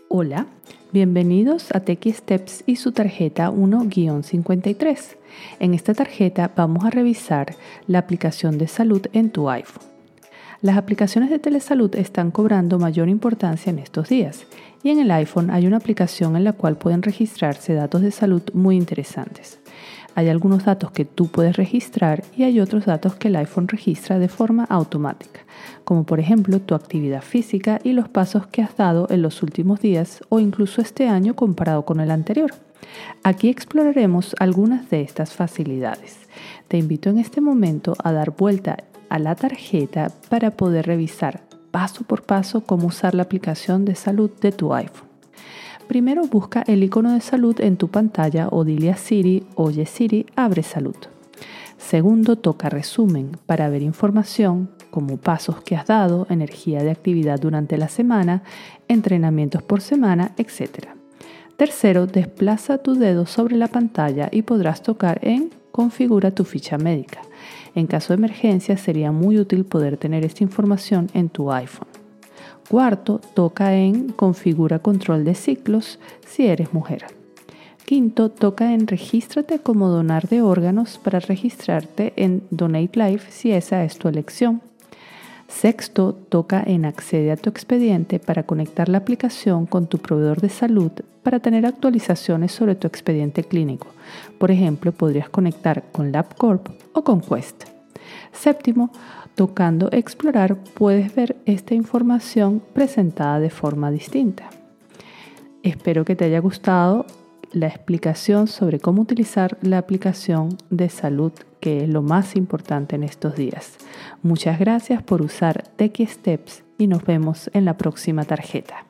Hola, bienvenidos a Techie Steps y su tarjeta 1-53. En esta tarjeta vamos a revisar la aplicación de salud en tu iPhone. Las aplicaciones de telesalud están cobrando mayor importancia en estos días y en el iPhone hay una aplicación en la cual pueden registrarse datos de salud muy interesantes. Hay algunos datos que tú puedes registrar y hay otros datos que el iPhone registra de forma automática, como por ejemplo tu actividad física y los pasos que has dado en los últimos días o incluso este año comparado con el anterior. Aquí exploraremos algunas de estas facilidades. Te invito en este momento a dar vuelta a la tarjeta para poder revisar paso por paso cómo usar la aplicación de salud de tu iPhone. Primero busca el icono de salud en tu pantalla o dile a Siri, oye Siri, abre salud. Segundo, toca resumen para ver información como pasos que has dado, energía de actividad durante la semana, entrenamientos por semana, etc. Tercero, desplaza tu dedo sobre la pantalla y podrás tocar en configura tu ficha médica. En caso de emergencia sería muy útil poder tener esta información en tu iPhone. Cuarto, toca en configura control de ciclos si eres mujer. Quinto, toca en regístrate como donar de órganos para registrarte en Donate Life si esa es tu elección. Sexto, toca en accede a tu expediente para conectar la aplicación con tu proveedor de salud para tener actualizaciones sobre tu expediente clínico. Por ejemplo, podrías conectar con LabCorp o con Quest. Séptimo, tocando explorar puedes ver esta información presentada de forma distinta. Espero que te haya gustado la explicación sobre cómo utilizar la aplicación de salud, que es lo más importante en estos días. Muchas gracias por usar Techie Steps y nos vemos en la próxima tarjeta.